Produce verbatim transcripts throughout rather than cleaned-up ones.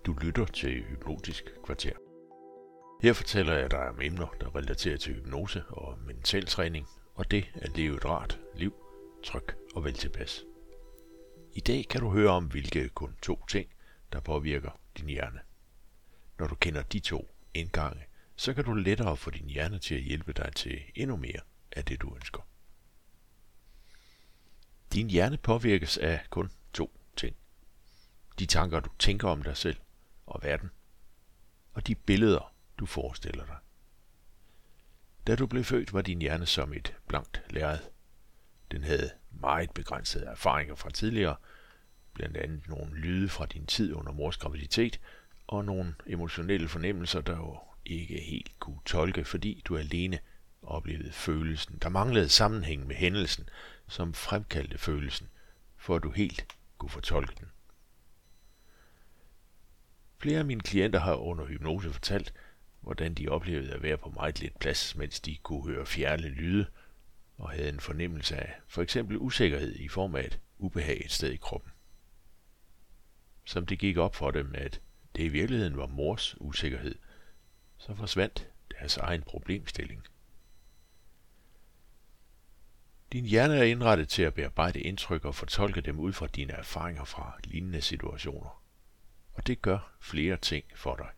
Du lytter til Hypnotisk Kvarter. Her fortæller jeg dig om emner, der relaterer til hypnose og mentaltræning, og det at leve et rart liv, tryg og vel tilpas. I dag kan du høre om, hvilke kun to ting, der påvirker din hjerne. Når du kender de to indgange, så kan du lettere få din hjerne til at hjælpe dig til endnu mere af det, du ønsker. Din hjerne påvirkes af kun to ting. De tanker, du tænker om dig selv og verden, og de billeder, du forestiller dig. Da du blev født, var din hjerne som et blankt lærred. Den havde meget begrænsede erfaringer fra tidligere, blandt andet nogle lyde fra din tid under mors graviditet, og nogle emotionelle fornemmelser, der jo ikke helt kunne tolke, fordi du alene oplevede følelsen. Der manglede sammenhæng med hændelsen, som fremkaldte følelsen, for at du helt kunne fortolke den. Flere af mine klienter har under hypnose fortalt, hvordan de oplevede at være på meget lidt plads, mens de kunne høre fjerne lyde og havde en fornemmelse af for eksempel usikkerhed i form af et ubehag et sted i kroppen. Som det gik op for dem, at det i virkeligheden var mors usikkerhed, så forsvandt deres egen problemstilling. Din hjerne er indrettet til at bearbejde indtryk og fortolke dem ud fra dine erfaringer fra lignende situationer. Og det gør flere ting for dig.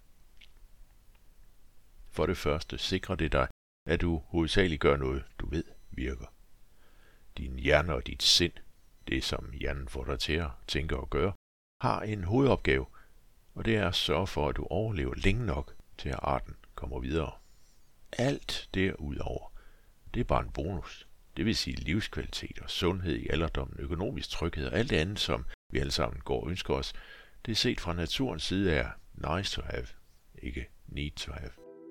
For det første sikrer det dig, at du hovedsageligt gør noget, du ved virker. Din hjerne og dit sind, det som hjernen får dig til at tænke og gøre, har en hovedopgave, og det er at sørge for, at du overlever længe nok til at arten kommer videre. Alt derudover, det er bare en bonus. Det vil sige livskvalitet og sundhed i alderdommen, økonomisk tryghed og alt det andet, som vi alle sammen går og ønsker os. Det er set fra naturens side er nice to have, ikke need to have.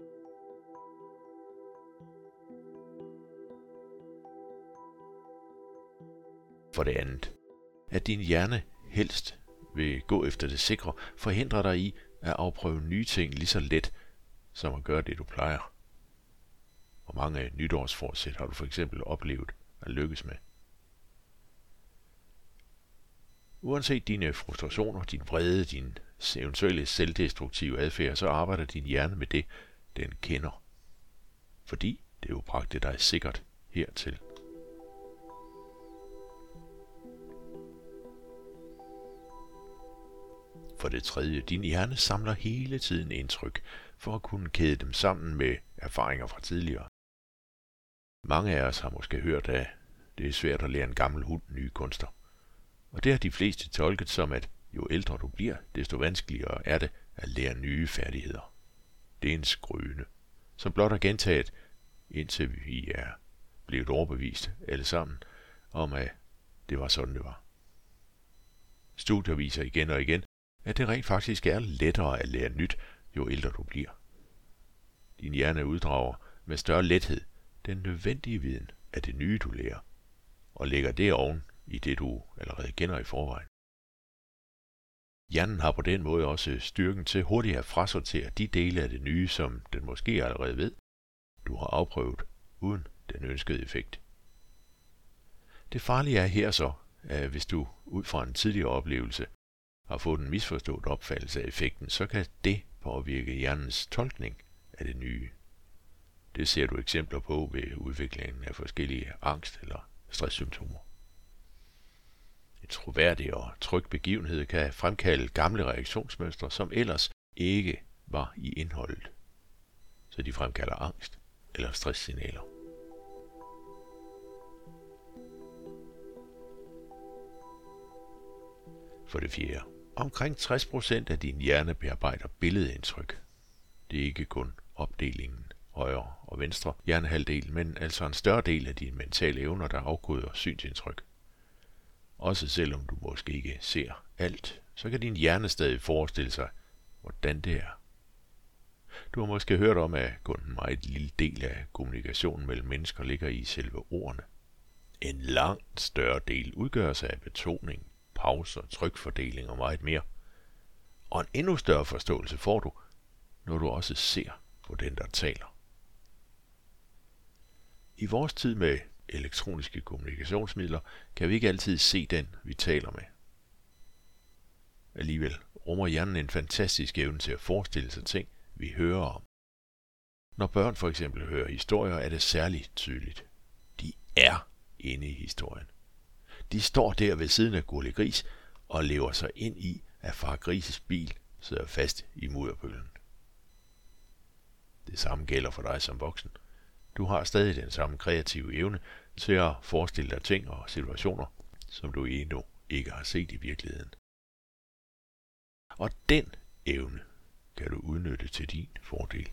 For det andet, at din hjerne helst vil gå efter det sikre, forhindrer dig i at afprøve nye ting lige så let, som at gøre det, du plejer. Hvor mange nytårsforsæt har du for eksempel oplevet at lykkes med? Uanset dine frustrationer, din vrede, din eventuelle selvdestruktive adfærd, så arbejder din hjerne med det, den kender. Fordi det jo bragte dig sikkert hertil. For det tredje, din hjerne samler hele tiden indtryk, for at kunne kæde dem sammen med erfaringer fra tidligere. Mange af os har måske hørt, at det er svært at lære en gammel hund nye kunster. Og det har de fleste tolket som, at jo ældre du bliver, desto vanskeligere er det at lære nye færdigheder. Det er en skrøne, som blot er gentaget, indtil vi er blevet overbevist alle sammen, om at det var sådan, det var. Studier viser igen og igen, at det rent faktisk er lettere at lære nyt, jo ældre du bliver. Din hjerne uddrager med større lethed den nødvendige viden af det nye, du lærer, og lægger det oven i det, du allerede kender i forvejen. Hjernen har på den måde også styrken til hurtigt at frasortere de dele af det nye, som den måske allerede ved, du har afprøvet, uden den ønskede effekt. Det farlige er her så, at hvis du ud fra en tidligere oplevelse har fået en misforstået opfattelse af effekten, så kan det påvirke hjernens tolkning af det nye. Det ser du eksempler på ved udviklingen af forskellige angst- eller stresssymptomer. En troværdig og tryg begivenhed kan fremkalde gamle reaktionsmønstre, som ellers ikke var i indholdet. Så de fremkalder angst eller stresssignaler. For det fjerde. Omkring tres procent af din hjerne bearbejder billedindtryk. Det er ikke kun opdelingen højre og venstre hjernehalvdel, men altså en større del af dine mentale evner, der afkoder synsindtryk. Også selvom du måske ikke ser alt, så kan din hjerne stadig forestille sig, hvordan det er. Du har måske hørt om, at kun en meget lille del af kommunikationen mellem mennesker ligger i selve ordene. En langt større del udgøres af betoning, pauser, trykfordeling og meget mere. Og en endnu større forståelse får du, når du også ser på den, der taler. I vores tid med elektroniske kommunikationsmidler kan vi ikke altid se den, vi taler med. Alligevel rummer hjernen en fantastisk evne til at forestille sig ting, vi hører om. Når børn for eksempel hører historier, er det særligt tydeligt. De er inde i historien. De står der ved siden af Gurli Gris og lever sig ind i, at far Grises bil sidder fast i mudderpøllen. Det samme gælder for dig som voksen. Du har stadig den samme kreative evne til at forestille dig ting og situationer, som du endnu ikke har set i virkeligheden. Og den evne kan du udnytte til din fordel.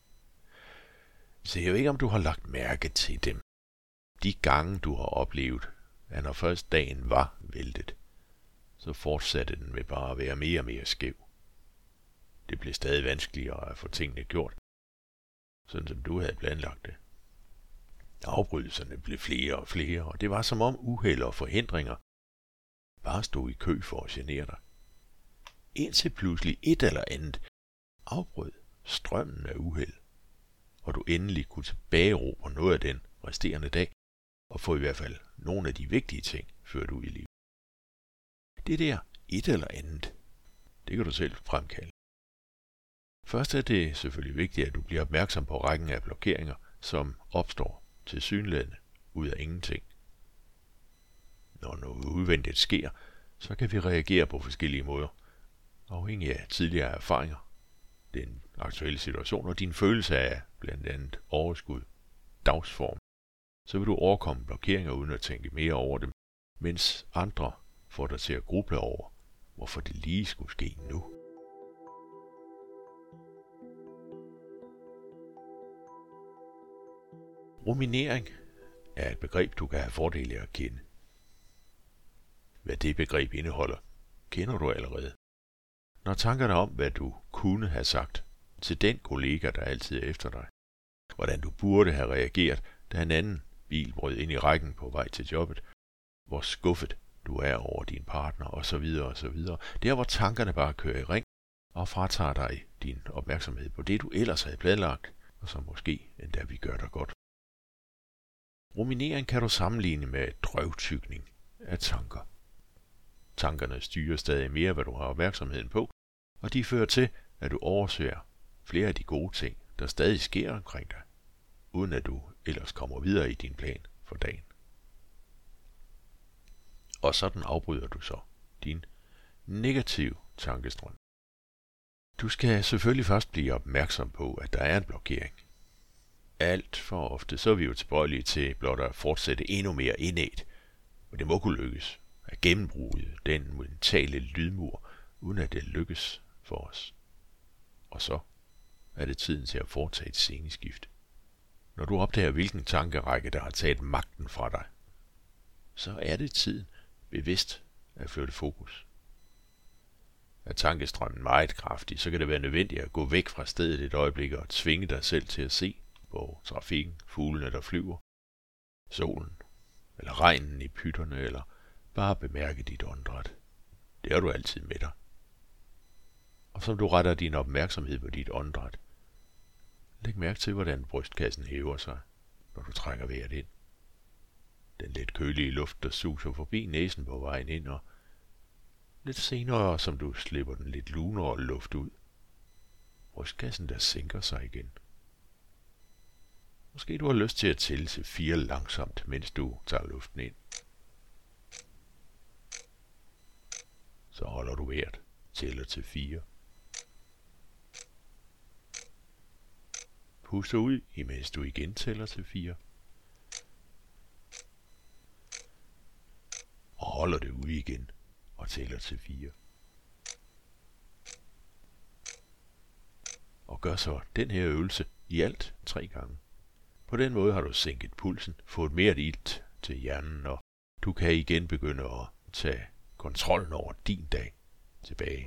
Så jeg ved ikke, om du har lagt mærke til dem. De gange, du har oplevet, at når først dagen var væltet, så fortsatte den med bare at være mere og mere skæv. Det blev stadig vanskeligere at få tingene gjort, sådan som du havde planlagt det. Afbrydelserne blev flere og flere, og det var som om uheld og forhindringer bare stod i kø for at genere dig. Indtil pludselig et eller andet afbrød strømmen af uheld, og du endelig kunne tilbageråbe noget af den resterende dag, og få i hvert fald nogle af de vigtige ting ført ud i livet. Det der et eller andet, det kan du selv fremkalde. Først er det selvfølgelig vigtigt, at du bliver opmærksom på rækken af blokeringer, som opstår tilsyneladende ud af ingenting. Når noget udvendigt sker, så kan vi reagere på forskellige måder, afhængig af tidligere erfaringer, den aktuelle situation og din følelse af blandt andet overskud, dagsform. Så vil du overkomme blokeringer uden at tænke mere over dem, mens andre får dig til at gruble over, hvorfor det lige skulle ske nu. Ruminering er et begreb, du kan have fordel af at kende. Hvad det begreb indeholder, kender du allerede. Når tankerne om, hvad du kunne have sagt til den kollega, der altid er efter dig, hvordan du burde have reageret, da en anden bil brød ind i rækken på vej til jobbet, hvor skuffet du er over din partner osv. osv. Der hvor tankerne bare kører i ring og fratager dig din opmærksomhed på det, du ellers havde planlagt, og som måske endda vi gør dig godt. Ruminering kan du sammenligne med drøvtykning af tanker. Tankerne styrer stadig mere, hvad du har opmærksomheden på, og de fører til, at du overser flere af de gode ting, der stadig sker omkring dig, uden at du ellers kommer videre i din plan for dagen. Og sådan afbryder du så din negative tankestrøm. Du skal selvfølgelig først blive opmærksom på, at der er en blokering. Alt for ofte så er vi jo tilbøjelige til blot at fortsætte endnu mere indædt, og det må kunne lykkes at gennembruge den mentale lydmur, uden at det lykkes for os. Og så er det tiden til at foretage et sceneskift. Når du opdager, hvilken tankerække, der har taget magten fra dig, så er det tiden bevidst at flytte fokus. Er tankestrømmen meget kraftig, så kan det være nødvendigt at gå væk fra stedet et øjeblik og tvinge dig selv til at se på trafikken, fuglene der flyver, solen, eller regnen i pytterne, eller bare bemærke dit åndedræt. Det har du altid med dig. Og som du retter din opmærksomhed på dit åndedræt, læg mærke til, hvordan brystkassen hæver sig, når du trækker vejret ind. Den lidt kølige luft, der suser forbi næsen på vejen ind, og lidt senere, som du slipper den lidt lunere luft ud. Brystkassen, der sænker sig igen. Måske du har lyst til at tælle til fire langsomt, mens du tager luften ind. Så holder du vejret, tæller til fire. Puster ud, imens du igen tæller til fire. Og holder det ud igen og tæller til fire. Og gør så den her øvelse i alt tre gange. På den måde har du sænket pulsen, fået mere ilt til hjernen, og du kan igen begynde at tage kontrollen over din dag tilbage.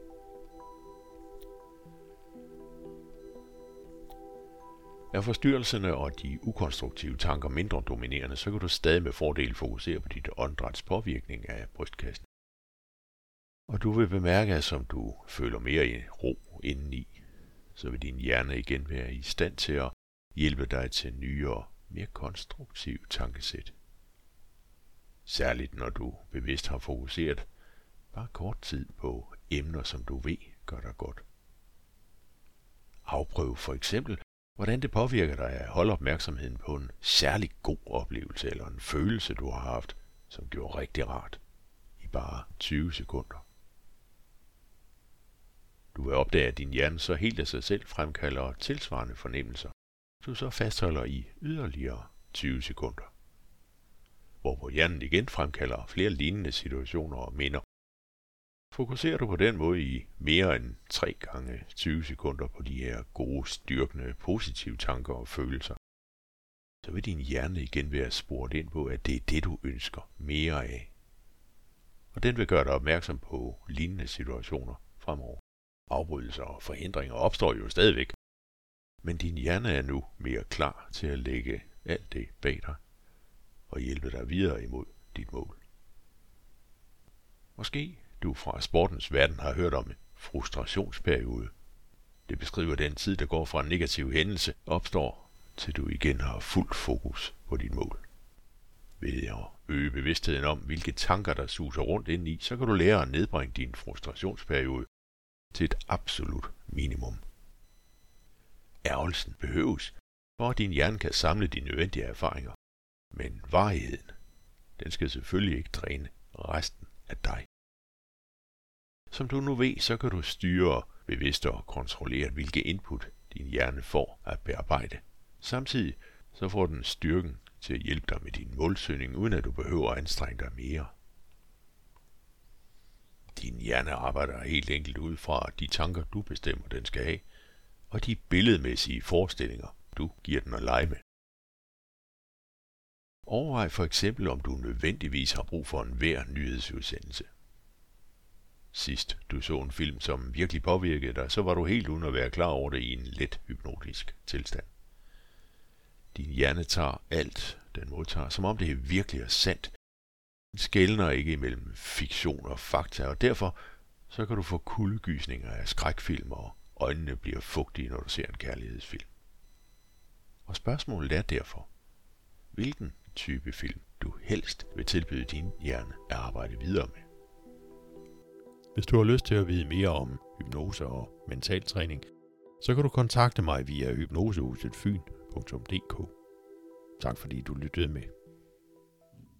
Er forstyrrelserne og de ukonstruktive tanker mindre dominerende, så kan du stadig med fordel fokusere på dit åndedræts påvirkning af brystkassen. Og du vil bemærke, at som du føler mere i ro indeni, så vil din hjerne igen være i stand til at hjælpe dig til nye og mere konstruktive tankesæt. Særligt når du bevidst har fokuseret bare kort tid på emner, som du ved gør dig godt. Afprøv for eksempel, hvordan det påvirker dig at holde opmærksomheden på en særlig god oplevelse eller en følelse, du har haft, som gjorde rigtig rart, i bare tyve sekunder. Du vil opdage, at din hjerne så helt af sig selv fremkalder tilsvarende fornemmelser, du så fastholder i yderligere tyve sekunder. Hvorpå hjernen igen fremkalder flere lignende situationer og minder. Fokuserer du på den måde i mere end tre gange tyve sekunder på de her gode, styrkende, positive tanker og følelser, så vil din hjerne igen være spurgt ind på, at det er det, du ønsker mere af. Og den vil gøre dig opmærksom på lignende situationer fremover. Afbrydelser og forhindringer opstår jo stadigvæk, men din hjerne er nu mere klar til at lægge alt det bag dig og hjælpe dig videre imod dit mål. Måske du fra sportens verden har hørt om en frustrationsperiode. Det beskriver den tid, der går fra en negativ hændelse opstår, til du igen har fuld fokus på dit mål. Ved at øge bevidstheden om, hvilke tanker der suser rundt indeni, så kan du lære at nedbringe din frustrationsperiode til et absolut minimum. Ærgelsen behøves, for at din hjerne kan samle de nødvendige erfaringer. Men varigheden, den skal selvfølgelig ikke dræne resten af dig. Som du nu ved, så kan du styre bevidst og kontrollere, hvilke input din hjerne får at bearbejde. Samtidig så får den styrken til at hjælpe dig med din målsøgning, uden at du behøver at anstrenge dig mere. Din hjerne arbejder helt enkelt ud fra de tanker, du bestemmer, den skal have, og de billedmæssige forestillinger, du giver den at lege med. Overvej for eksempel, om du nødvendigvis har brug for en hver nyhedsudsendelse. Sidst du så en film, som virkelig påvirkede dig, så var du helt uden at være klar over det i en let hypnotisk tilstand. Din hjerne tager alt, den modtager, som om det virkelig er sandt. Den skelner ikke imellem fiktion og fakta, og derfor så kan du få kuldegysninger af skrækfilm, og øjnene bliver fugtige, når du ser en kærlighedsfilm. Og spørgsmålet er derfor, hvilken type film du helst vil tilbyde din hjerne at arbejde videre med. Hvis du har lyst til at vide mere om hypnose og mentaltræning, så kan du kontakte mig via hypnosehuset fyn punktum d k. Tak fordi du lyttede med.